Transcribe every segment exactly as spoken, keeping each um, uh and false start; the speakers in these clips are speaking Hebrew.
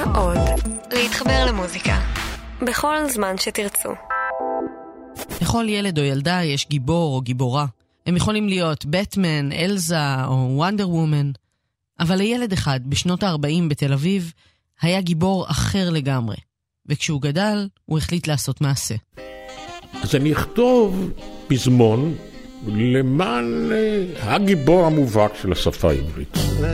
עוד. להתחבר למוזיקה. בכל זמן שתרצו. לכל ילד או ילדה יש גיבור או גיבורה. הם יכולים להיות בטמן, אלזה או וונדר וומן. אבל לילד אחד בשנות ה-ארבעים בתל אביב היה גיבור אחר לגמרי. וכשהוא גדל, הוא החליט לעשות מעשה. אז אני אכתוב פזמון למען הגיבור המובהק של השפה העברית.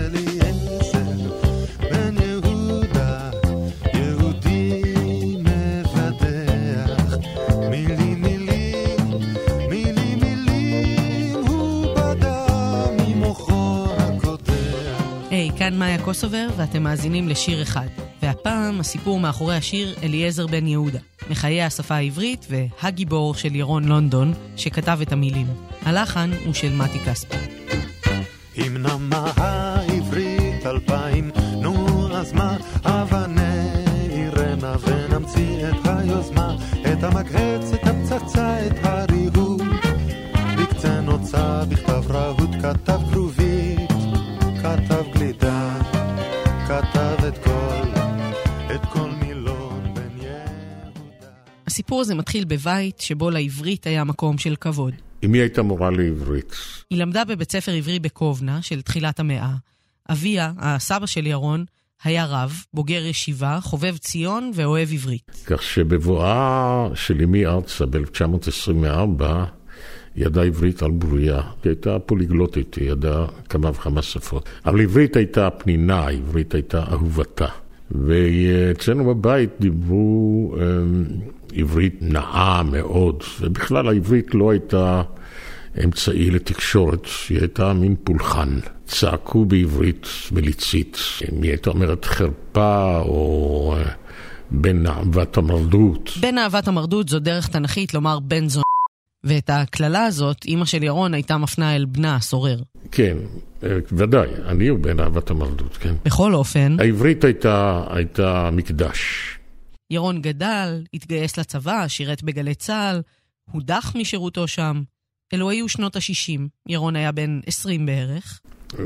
היי, כאן מאיה קוסובר ואתם מאזינים לשיר אחד. והפעם הסיפור מאחורי השיר אליעזר בן יהודה, מחיי השפה העברית והגיבור של ירון לונדון שכתב את המילים. הלחן הוא של מתי כספי. אם נמה העברית אלפיים, נו אז מה, הבה נעירנה ונמציא את היוזמה, את המקהץ, את הפצצה, את הריהוט, בקצה נוצה בכתב רהוט, כתב כרובית, כתב גלידה, כתב את כל, את כל מילון בן יהודה. הסיפור הזה מתחיל בבית שבו לעברית היה מקום של כבוד. אמי הייתה מורה לעברית. היא למדה בבית ספר עברי בקובנה של תחילת המאה. אביה, הסבא של ירון, היה רב, בוגר ישיבה, חובב ציון ואוהב עברית. כך שבבואה של אמי ארצה ב-אלף תשע מאות עשרים וארבע, היא ידעה עברית על בוריה. היא הייתה פוליגלוטית, היא ידעה כמה וכמה שפות. אבל עברית הייתה פנינה, עברית הייתה אהובתה. ואצלנו בבית דיברו um, עברית נאה מאוד, ובכלל העברית לא הייתה אמצעי לתקשורת, היא הייתה מין פולחן. צעקו בעברית מליצית, אם היא הייתה אומרת חרפה או uh, בן אהבת המרדות. בן אהבת המרדות זו דרך תנכית לומר בן זון. ואת הכללה הזאת, אמא של ירון הייתה מפנה אל בנה הסורר. כן, ודאי, אני הוא בן אהבת המרדות, כן. בכל אופן, העברית הייתה, הייתה מקדש. ירון גדל, התגייס לצבא, שירת בגלי צהל, הודח משירותו שם. אלו היו שנות ה-שישים, ירון היה בן עשרים בערך.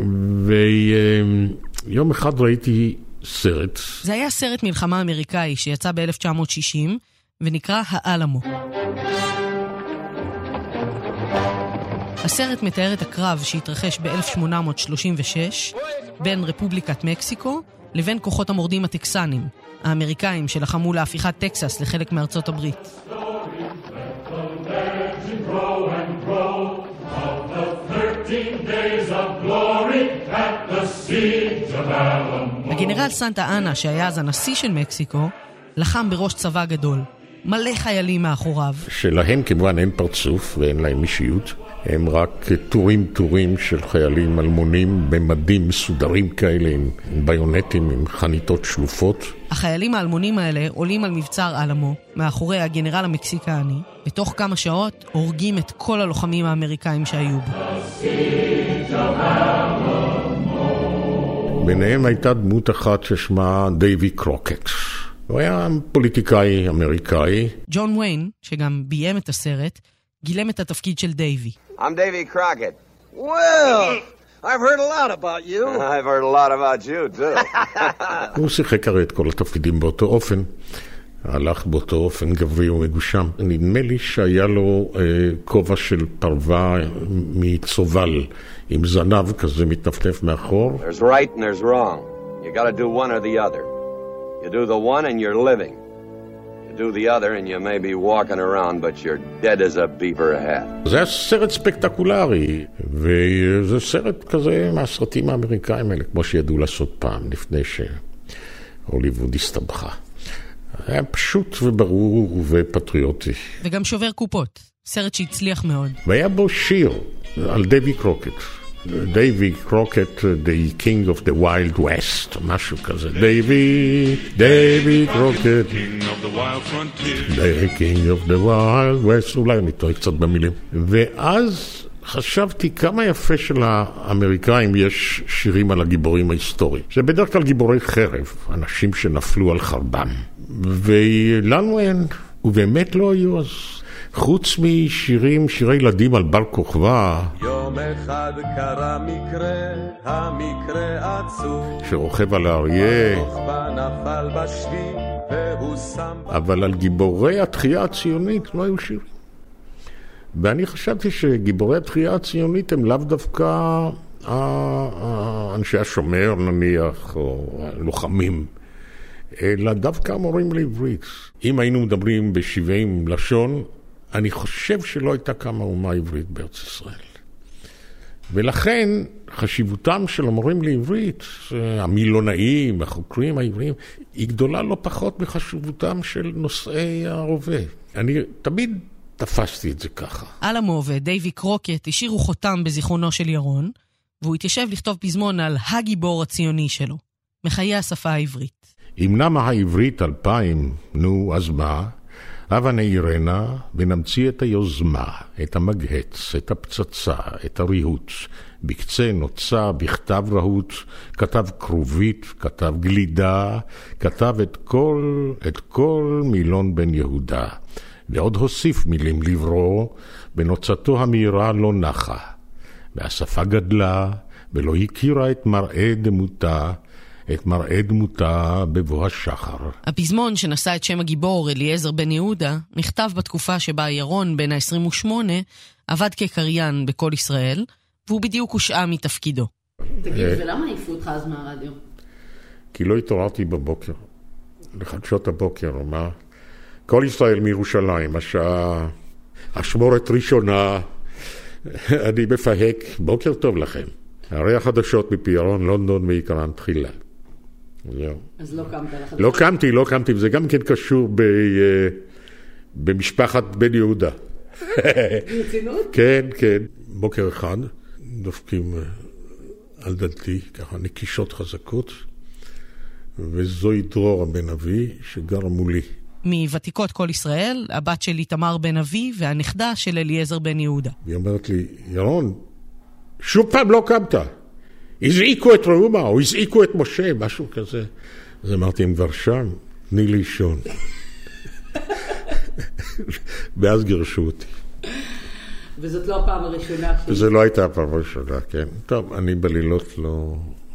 ויום אחד ראיתי סרט. זה היה סרט מלחמה אמריקאי שיצא ב-אלף תשע מאות שישים, ונקרא האלמו. הסרט מתאר את הקרב שהתרחש ב-אלף שמונה מאות שלושים ושש בין רפובליקת מקסיקו לבין כוחות המורדים הטקסנים, האמריקאים שלחמו להפיכת טקסס לחלק מארצות הברית. הגנרל סנטה אנה, שהיה אז הנשיא של מקסיקו, לחם בראש צבא גדול, מלא חיילים מאחוריו. שלהם כמובן אין פרצוף ואין להם אישיות. הם רק טורים טורים של חיילים אלמונים במדים מסודרים כאלה, עם ביונטים, עם חניתות שלופות. החיילים האלמונים האלה עולים על מבצר אלמו, מאחורי הגנרל המקסיקני, ותוך כמה שעות הורגים את כל הלוחמים האמריקאים שהיו בו. ביניהם הייתה דמות אחת ששמה דייווי קרוקט. הוא היה פוליטיקאי אמריקאי. ג'ון ויין, שגם ביים את הסרט, גילם את התפקיד של דייווי. I'm Davy Crockett. Well, I've heard a lot about you. I've heard a lot about you, too. הוא שיחק הרי את כל התפקידים באותו אופן. הלך באותו אופן גברי ומגושם. נדמה לי שהיה לו אה, כובע של פרווה מצובל, עם זנב כזה מתנפנף מאחור. There's right and there's wrong. You got to do one or the other. You do the one and you're living. do the other and you may be walking around but you're dead as a beaver hat. זה היה סרט ספקטקולרי, וזה סרט כזה מהסרטים האמריקאים האלה, כמו שידעו לעשות פעם, לפני שהוליווד הסתבכה. היה פשוט וברור ופטריוטי. וגם שובר קופות, סרט שהצליח מאוד. והיה בו שיר על דייווי קרוקט. דייווי קרוקט, the king of the wild west, משהו כזה. דייווי, דייווי קרוקט, the king of the wild west, אולי אני טועה קצת במילים. ואז חשבתי כמה יפה של האמריקאים יש שירים על הגיבורים ההיסטוריים. זה בדרך כלל גיבורי חרב, אנשים שנפלו על חרבם. ולנו אין, ובאמת לא היו אז. חוץ משירים, שירי ילדים על בר כוכבא, יום אחד קרה מקרה, המקרה עצוב, שרוכב על האריה, כוכבא נפל בשביל והוא שם, אבל על גיבורי התחייה הציונית לא היו שירים. ואני חשבתי שגיבורי התחייה הציונית הם לאו דווקא אנשי השומר נניח, או לוחמים, אלא דווקא המורים לעברית. אם היינו מדברים בשבעים לשון, אני חושב שלא הייתה קמה אומה עברית בארץ ישראל. ולכן חשיבותם של המורים לעברית, המילונאים, החוקרים העבריים, היא גדולה לא פחות מחשיבותם של נושאי ההווה. אני תמיד תפסתי את זה ככה. אלמו ודייווי קרוקט השאירו חותם בזיכרונו של ירון, והוא התיישב לכתוב פזמון על הגיבור הציוני שלו, מחיי השפה העברית. אם נמה העברית אלפיים, נו, אז מה? הבה נעירנה ונמציא את היוזמה, את המגהץ, את הפצצה, את הריהוט. בקצה נוצה, בכתב רהוט, כתב כרובית, כתב גלידה, כתב את כל, את כל מילון בן יהודה. ועוד הוסיף מילים לברו, בנוצתו המהירה לא נחה. והשפה גדלה, ולא הכירה את מראה דמותה, את מראה דמותה בבוא השחר. הפזמון שנשא את שם הגיבור אליעזר בן יהודה נכתב בתקופה שבה ירון בן ה-עשרים ושמונה עבד כקריין בכל ישראל, והוא בדיוק הושעה מתפקידו. תגיד, ולמה העיפו אותך אז מהרדיו? כי לא התעוררתי בבוקר, לחדשות הבוקר, מה? כל ישראל מירושלים, השעה, השמורת ראשונה, אני מפהק, בוקר טוב לכם. הרי החדשות מפיירון, לונדון ועיקרן תחילה. אז לא קמת לחדשות? לא קמתי, לא קמתי, וזה גם כן קשור ב, במשפחת בן יהודה. ברצינות? כן, כן. בוקר אחד, דופקים על דלתי, ככה נקישות חזקות, וזוהי דרורה בן אבי שגר מולי. מוותיקות כל ישראל, הבת של איתמר בן אבי והנכדה של אליעזר בן יהודה. היא אומרת לי, ירון, שוב פעם לא קמת. הזעיקו את ראומה, או הזעיקו את משה, משהו כזה. אז אמרתי, הם כבר שם, תני לי לישון. ואז גירשו אותי. וזאת לא הפעם הראשונה שלי. וזה לא הייתה הפעם הראשונה, כן. טוב, אני בלילות לא,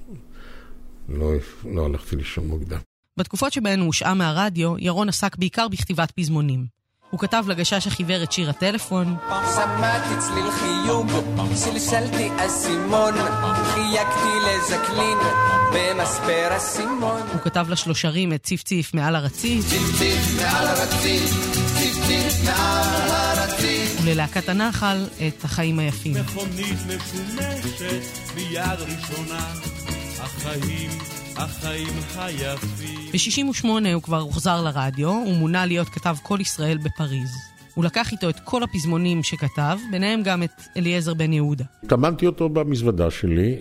לא, לא הלכתי לישון מוקדם. בתקופות שבהן הוא הושעה מהרדיו, ירון עסק בעיקר בכתיבת פזמונים. הוא כתב לגשש החיוור את שיר הטלפון. שמעתי צליל חיוג, שלשלתי אסימון, חייגתי לז'קלין במספר הסימון. הוא כתב לשלושרים את ציף ציף מעל הרציף. ציף ציף מעל הרציף, ציף ציף מעל הרציף. וללהקת הנחל את החיים היפים. מכונית משומשת מיד ראשונה, החיים החיים היפים. ב-שישים ושמונה הוא כבר הוחזר לרדיו, הוא מונה להיות כתב כל ישראל בפריז. הוא לקח איתו את כל הפזמונים שכתב, ביניהם גם את אליעזר בן יהודה. תמנתי אותו במזוודה שלי,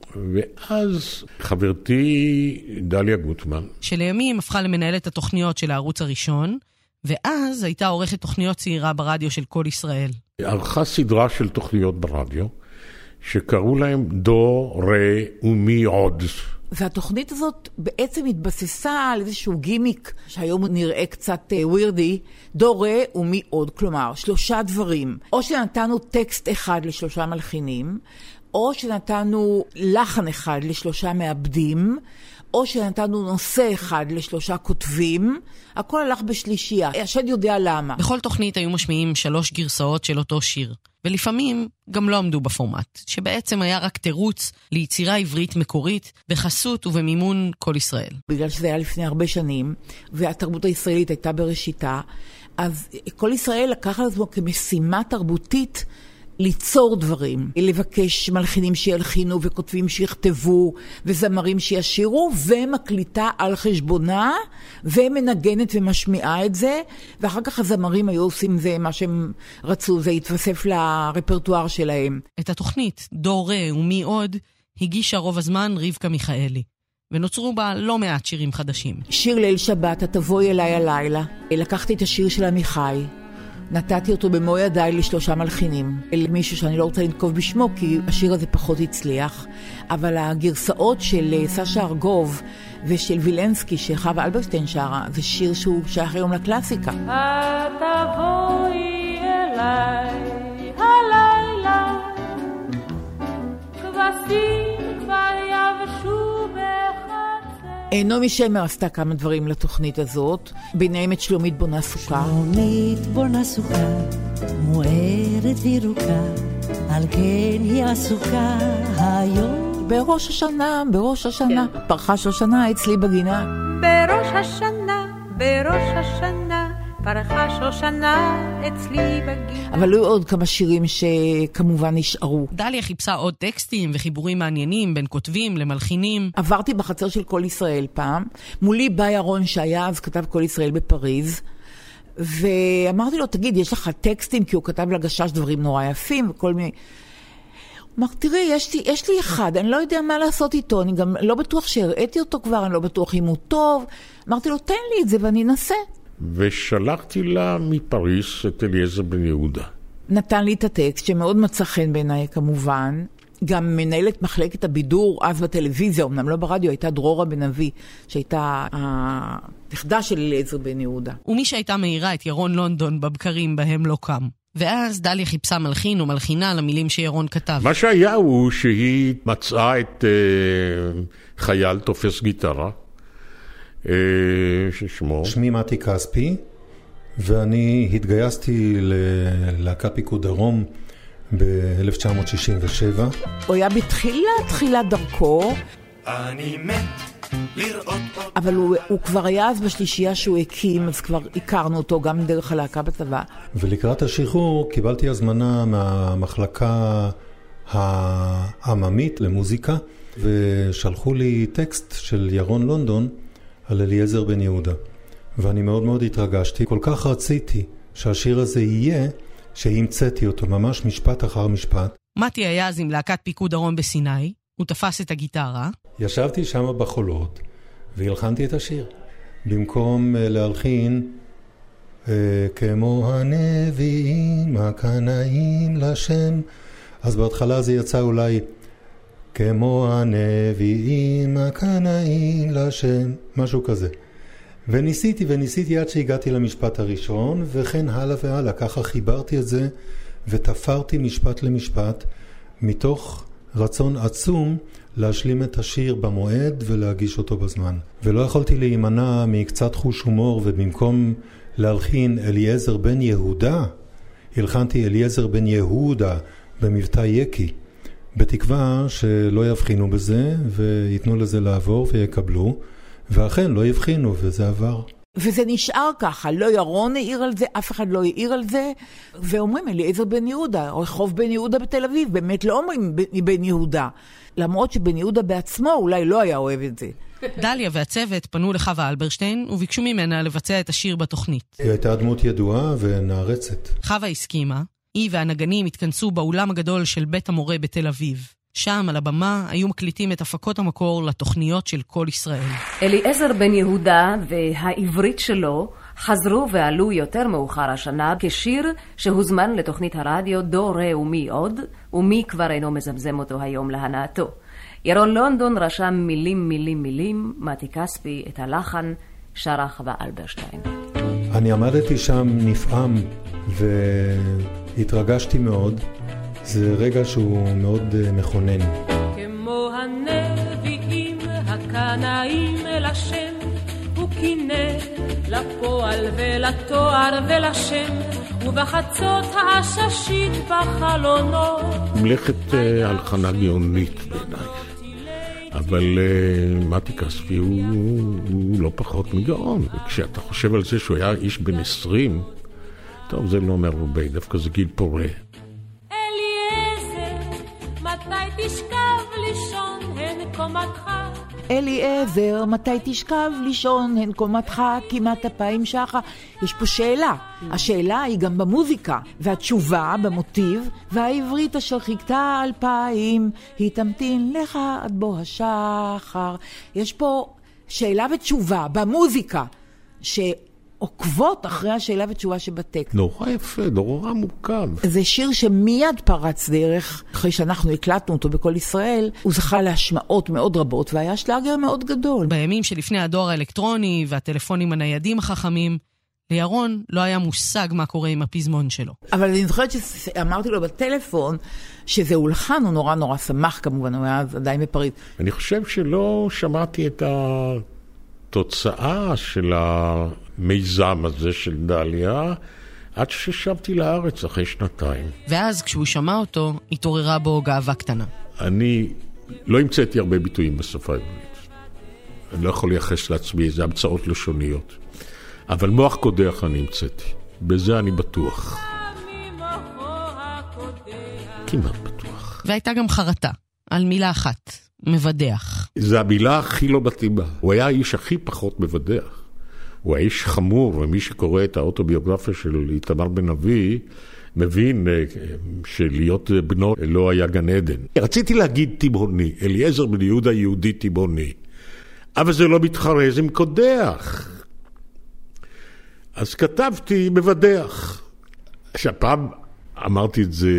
ואז חברתי דליה גוטמן, שלימים הפכה למנהלת התוכניות של הערוץ הראשון, ואז הייתה עורכת תוכניות צעירה ברדיו של כל ישראל. ערכה סדרה של תוכניות ברדיו, שקראו להם דו, רה ומי עוד. והתוכנית הזאת בעצם התבססה על איזשהו גימיק שהיום הוא נראה קצת ווירדי, דו, רה ומי עוד, כלומר שלושה דברים. או שנתנו טקסט אחד לשלושה מלחינים, או שנתנו לחן אחד לשלושה מעבדים, או שנתנו נושא אחד לשלושה כותבים, הכל הלך בשלישייה. השד יודע למה. בכל תוכנית היו משמיעים שלוש גרסאות של אותו שיר, ולפעמים גם לא עמדו בפורמט, שבעצם היה רק תירוץ ליצירה עברית מקורית, בחסות ובמימון כל ישראל. בגלל שזה היה לפני הרבה שנים, והתרבות הישראלית הייתה בראשיתה, אז כל ישראל לקח על עצמו כמשימה תרבותית, ליצור דברים, לבקש מלחינים שילחינו וכותבים שיכתבו וזמרים שישירו, ומקליטה על חשבונה ומנגנת ומשמיעה את זה, ואחר כך הזמרים היו עושים זה מה שהם רצו, זה התווסף לרפרטואר שלהם. את התוכנית דו, רה ומי עוד הגישה רוב הזמן רבקה מיכאלי, ונוצרו בה לא מעט שירים חדשים. שיר ליל שבת, תבואי אליי הלילה. לקחתי את השיר של עמיחי, נתתי אותו במו ידיי לשלושה מלחינים, אל מישהו שאני לא רוצה לנקוב בשמו כי השיר הזה פחות הצליח, אבל הגרסאות של סשה ארגוב ושל וילנסקי שחווה אלברשטיין שרה, זה שיר שהוא שייך היום לקלאסיקה. תבואי עליי הלילה, כבשים כבר יבשו בחצר. נעמי שמר עשתה כמה דברים לתוכנית הזאת, ביניהם את שלומית בונה סוכה. שלומית בונה סוכה, מוארת וירוקה, על כן היא עסוקה היום. בראש השנה, בראש השנה, כן. פרחה של שנה אצלי בגינה. בראש השנה, בראש השנה, פרחה של שנה אצלי בגינה. אבל היו עוד כמה שירים שכמובן נשארו. דליה חיפשה עוד טקסטים וחיבורים מעניינים בין כותבים למלחינים. עברתי בחצר של כל ישראל פעם, מולי בא ירון שהיה אז כתב כל ישראל בפריז, ואמרתי לו, תגיד, יש לך טקסטים? כי הוא כתב לגשש דברים נורא יפים וכל מיני. הוא אמר, תראי, יש לי, יש לי אחד, אני לא יודע מה לעשות איתו, אני גם לא בטוח שהראיתי אותו כבר, אני לא בטוח אם הוא טוב. אמרתי לו, תן לי את זה ואני אנסה. ושלחתי לה מפריז את אליעזר בן יהודה. נתן לי את הטקסט שמאוד מצא חן בעיניי כמובן. גם מנהלת מחלקת הבידור אז בטלוויזיה, אמנם לא ברדיו, הייתה דרורה בן אבי, שהייתה הנכדה של אליעזר בן יהודה. ומי שהייתה מהירה את ירון לונדון בבקרים בהם לא קם. ואז דליה חיפשה מלחין או מלחינה למילים שירון כתב. מה שהיה הוא שהיא מצאה את uh, חייל תופס גיטרה, uh, ששמו... שמי מתי כספי, ואני התגייסתי ללהקת פיקוד דרום ב-אלף תשע מאות שישים ושבע. הוא היה בתחילה, תחילה דרכו. אני מת לראות אותו. אבל הוא, הוא כבר היה אז בשלישייה שהוא הקים, אז כבר הכרנו אותו גם דרך הלהקה בצבא. ולקראת השחרור קיבלתי הזמנה מהמחלקה העממית למוזיקה, ושלחו לי טקסט של ירון לונדון על אליעזר בן יהודה. ואני מאוד מאוד התרגשתי, כל כך רציתי שהשיר הזה יהיה, שהמצאתי אותו ממש משפט אחר משפט. מתי היה אז עם להקת פיקוד דרום בסיני, הוא תפס את הגיטרה. ישבתי שם בחולות והלחנתי את השיר. במקום להלחין אה, כמו הנביאים הקנאים לשם, אז בהתחלה זה יצא אולי כמו הנביאים הקנאים לשם, משהו כזה. וניסיתי וניסיתי עד שהגעתי למשפט הראשון, וכן הלאה והלאה. ככה חיברתי את זה ותפרתי משפט למשפט, מתוך רצון עצום להשלים את השיר במועד ולהגיש אותו בזמן. ולא יכולתי להימנע מקצת חוש הומור, ובמקום להלחין אליעזר בן יהודה, הלחנתי אליעזר בן יהודה במבטא יקי, בתקווה שלא יבחינו בזה ויתנו לזה לעבור ויקבלו. ואכן לא הבחינו, וזה עבר. וזה נשאר ככה, לא ירון העיר על זה, אף אחד לא העיר על זה, ואומרים אליעזר בן יהודה, או רחוב בן יהודה בתל אביב, באמת לא אומרים בן יהודה, למרות שבן יהודה בעצמו אולי לא היה אוהב את זה. דליה והצוות פנו לחווה אלברשטיין, וביקשו ממנה לבצע את השיר בתוכנית. היא הייתה דמות ידועה ונערצת. חווה הסכימה, היא והנגנים התכנסו באולם הגדול של בית המורה בתל אביב. שם על הבמה היו מקליטים את הפקות המקור לתוכניות של כל ישראל. אליעזר בן יהודה והעברית שלו חזרו ועלו יותר מאוחר השנה כשיר שהוזמן לתוכנית הרדיו דו רה ומי עוד, ומי כבר אינו מזמזם אותו היום להנאתו. ירון לונדון רשם מילים מילים מילים, מתי כספי את הלחן, שרה חווה אלברשטיין. אני עמדתי שם נפעם והתרגשתי מאוד. זה רגע שהוא מאוד מכונן. כמו הנביאים הקנאים אל השם, הוא כינה לפועל ולתואר ולשם, ובחצות העששית בחלונו. מלאכת הלחנה גאונית בעיניי. אבל מתי כספי הוא, הוא לא פחות מגאון. וכשאתה חושב על זה שהוא היה איש בן עשרים, טוב, זה לא אומר הרבה, דווקא זה גיל פורה. תשכב לישון הן קומתך. אליעזר, מתי תשכב לישון הן קומתך, כמעט אפיים שחה. יש פה שאלה. השאלה היא גם במוזיקה, והתשובה במוטיב, והעברית אשר חיכתה אלפיים, היא תמתין לך עד בוא השחר. יש פה שאלה ותשובה במוזיקה, ש... עוקבות אחרי השאלה ותשובה שבטקסט. נורא יפה, נורא מורכב. זה שיר שמיד פרץ דרך, אחרי שאנחנו הקלטנו אותו בכל ישראל, הוא זכה להשמעות מאוד רבות, והיה שלאגר מאוד גדול. בימים שלפני הדואר האלקטרוני והטלפונים הניידים החכמים, לירון לא היה מושג מה קורה עם הפזמון שלו. אבל אני זוכרת שאמרתי לו בטלפון שזה הולחן, הוא נורא נורא שמח כמובן, הוא היה עדיין בפריז. אני חושב שלא שמעתי את התוצאה של המיזם הזה של דליה, עד ששבתי לארץ אחרי שנתיים. ואז כשהוא שמע אותו, התעוררה בו גאווה קטנה. אני לא המצאתי הרבה ביטויים בשפה העברית. אני לא יכול לייחס לעצמי איזה המצאות לשוניות. אבל מוח קודח אני המצאתי. בזה אני בטוח. כמעט בטוח. והייתה גם חרטה, על מילה אחת, מבדח. זה המילה הכי לא מתאימה. הוא היה האיש הכי פחות מבדח. הוא האיש חמור, ומי שקורא את האוטוביוגרפיה של איתמר בן אבי, מבין שלהיות בנו לא היה גן עדן. רציתי להגיד תימהוני, אליעזר בן יהודה יהודי תימהוני, אבל זה לא מתחרז עם קודח. אז כתבתי מבדח. שהפעם אמרתי את זה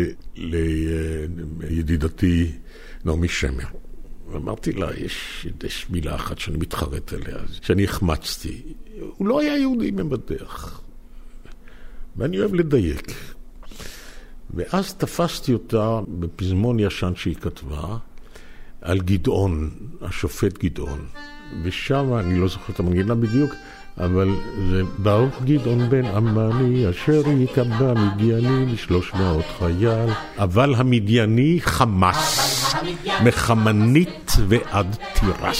לידידתי נעמי שמר. אמרתי לה, יש, יש מילה אחת שאני מתחרט עליה, שאני החמצתי. הוא לא היה יהודי מבדח. ואני אוהב לדייק. ואז תפסתי אותה בפזמון ישן שהיא כתבה, על גדעון, השופט גדעון. ושם, אני לא זוכר את המנגינה בדיוק, אבל זה ברוך גדעון בן אמני, אשר יקבע מדייני משלוש מאות חייל. אבל המדייני חמס, מחמנית ועד תירס.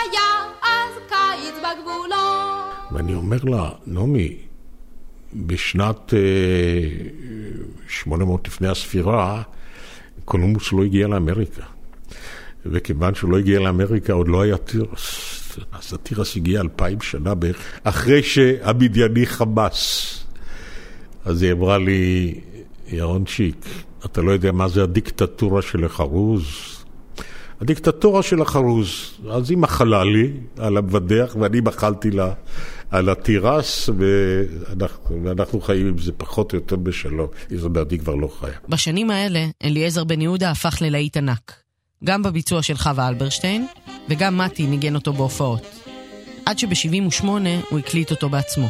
ואני אומר לה, נעמי, בשנת שמונה מאות לפני הספירה, קולומבוס לא הגיע לאמריקה. וכיוון שהוא לא הגיע לאמריקה, עוד לא היה תירס. אז התירס הגיע אלפיים שנה בערך, אחרי שהמדייני חמס. אז היא אמרה לי, ירון שיק, אתה לא יודע מה זה הדיקטטורה של החרוז? הדיקטטורה של החרוז. אז היא מחלה לי על המבדח, ואני מחלתי לה על התירס, ואנחנו, ואנחנו חיים עם זה פחות או יותר בשלום. איזברדי כבר לא חיה. בשנים האלה, אליעזר בן יהודה הפך ללהיט ענק. גם בביצוע של חווה אלברשטיין, וגם מתי ניגן אותו בהופעות. עד שב-שבעים ושמונה הוא הקליט אותו בעצמו.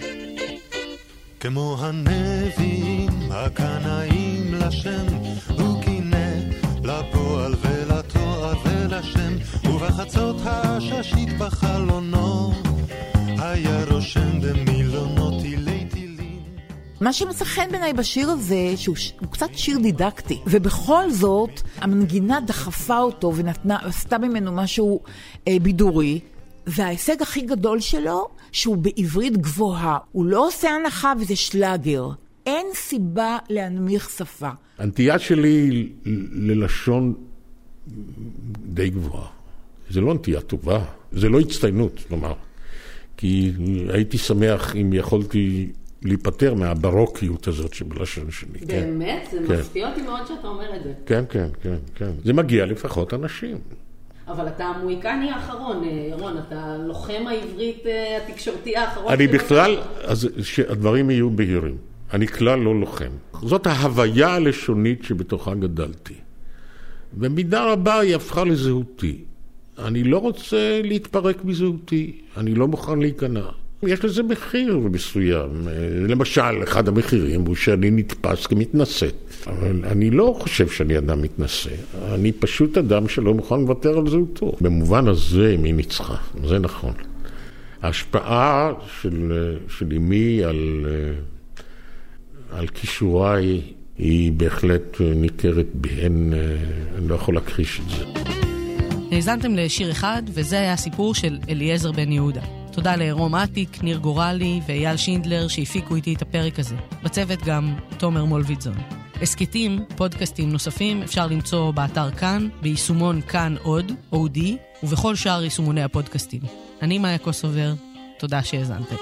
כמו הנביאים הקנאים לשם, הוא קינה לפועל ולתואר ולשם, ובחצות הששית בחלונו, היה רושם במילונות תילי תילים. מה שמצא חן בעיניי בשיר הזה, שהוא קצת שיר דידקטי, ובכל זאת, המנגינה דחפה אותו ונתנה, עשתה ממנו משהו אה, בידורי, וההישג הכי גדול שלו, שהוא בעברית גבוהה. הוא לא עושה הנחה וזה שלאגר. אין סיבה להנמיך שפה. הנטייה שלי ללשון די גבוהה. זה לא נטייה טובה, זה לא הצטיינות, נאמר. כי הייתי שמח אם יכולתי להיפטר מהברוקיות הזאת שבלשון שלי. באמת? כן. זה כן. מפתיע אותי מאוד שאתה אומר את זה. כן, כן, כן, כן. זה מגיע לפחות אנשים. אבל אתה המועיקני האחרון, ירון, אתה לוחם העברית התקשורתי האחרון. אני בכלל, אז שהדברים יהיו בהירים. אני כלל לא לוחם. זאת ההוויה הלשונית שבתוכה גדלתי. במידה רבה היא הפכה לזהותי. אני לא רוצה להתפרק מזהותי. אני לא מוכן להיכנע. יש לזה מחיר מסוים. למשל, אחד המחירים הוא שאני נתפס כמתנשא. אבל אני לא חושב שאני אדם מתנשא. אני פשוט אדם שלא מוכן לוותר על זהותו. במובן הזה מי ניצחה. זה נכון. ההשפעה של, של אמי על, על כישוריי היא בהחלט ניכרת בהן. אני לא יכול להכחיש את זה. האזנתם לשיר אחד, וזה היה הסיפור של אליעזר בן יהודה. תודה לרום עתיק, ניר גורלי ואייל שינדלר שהפיקו איתי את הפרק הזה. בצוות גם תומר מולביטזון. הסקטים, פודקאסטים נוספים אפשר למצוא באתר כאן, ביישומון כאן עוד, אודי, ובכל שאר יישומוני הפודקאסטים. אני מאיה קוסובר, תודה שהאזנתם.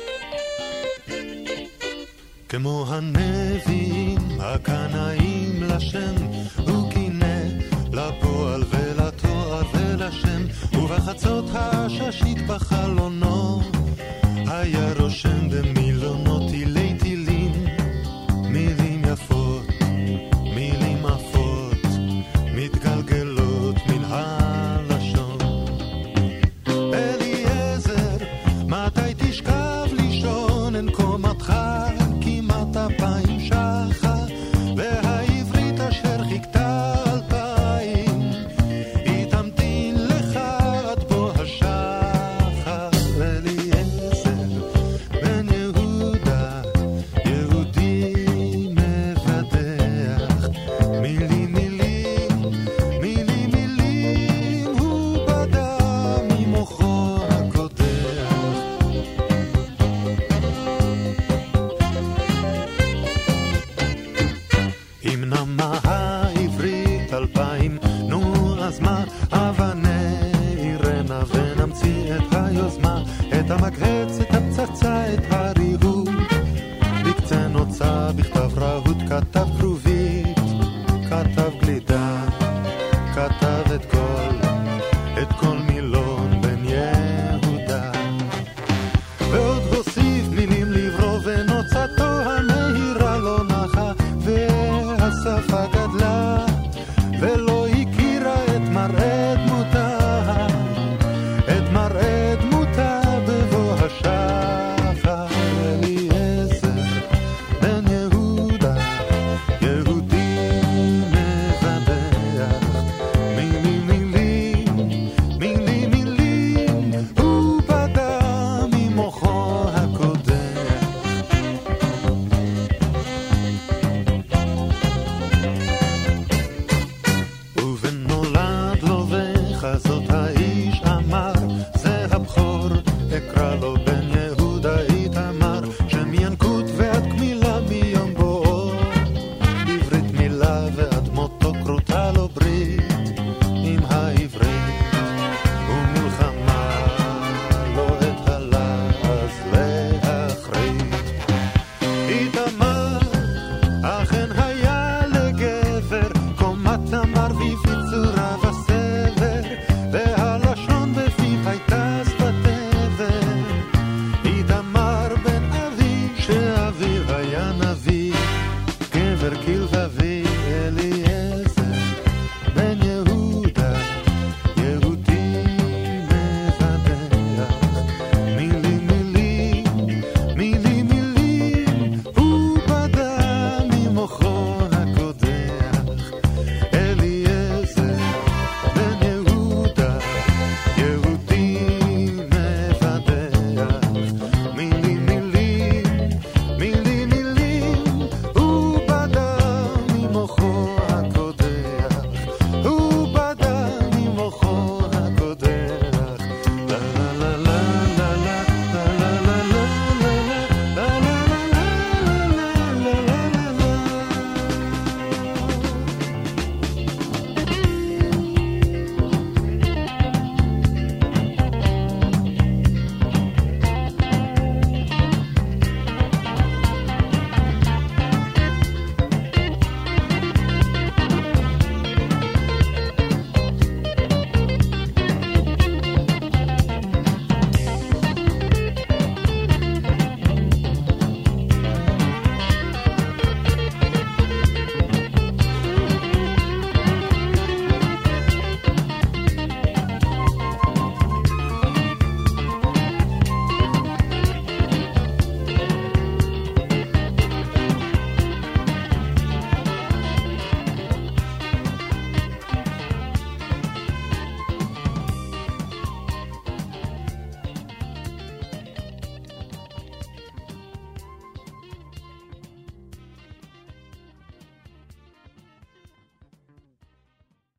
כמו הנביאים הקנאים לשם, הוא קינה לפועל ולתואר ולשם, ובחצות הששית בחלונו, היה רושם במילונות תילי תילים, מילים יפות, מילים עפות, מתגלגלות מן הלשון. אליעזר, מתי תשכב לישון, אין כל המציא את היוזמה, את המקהץ, את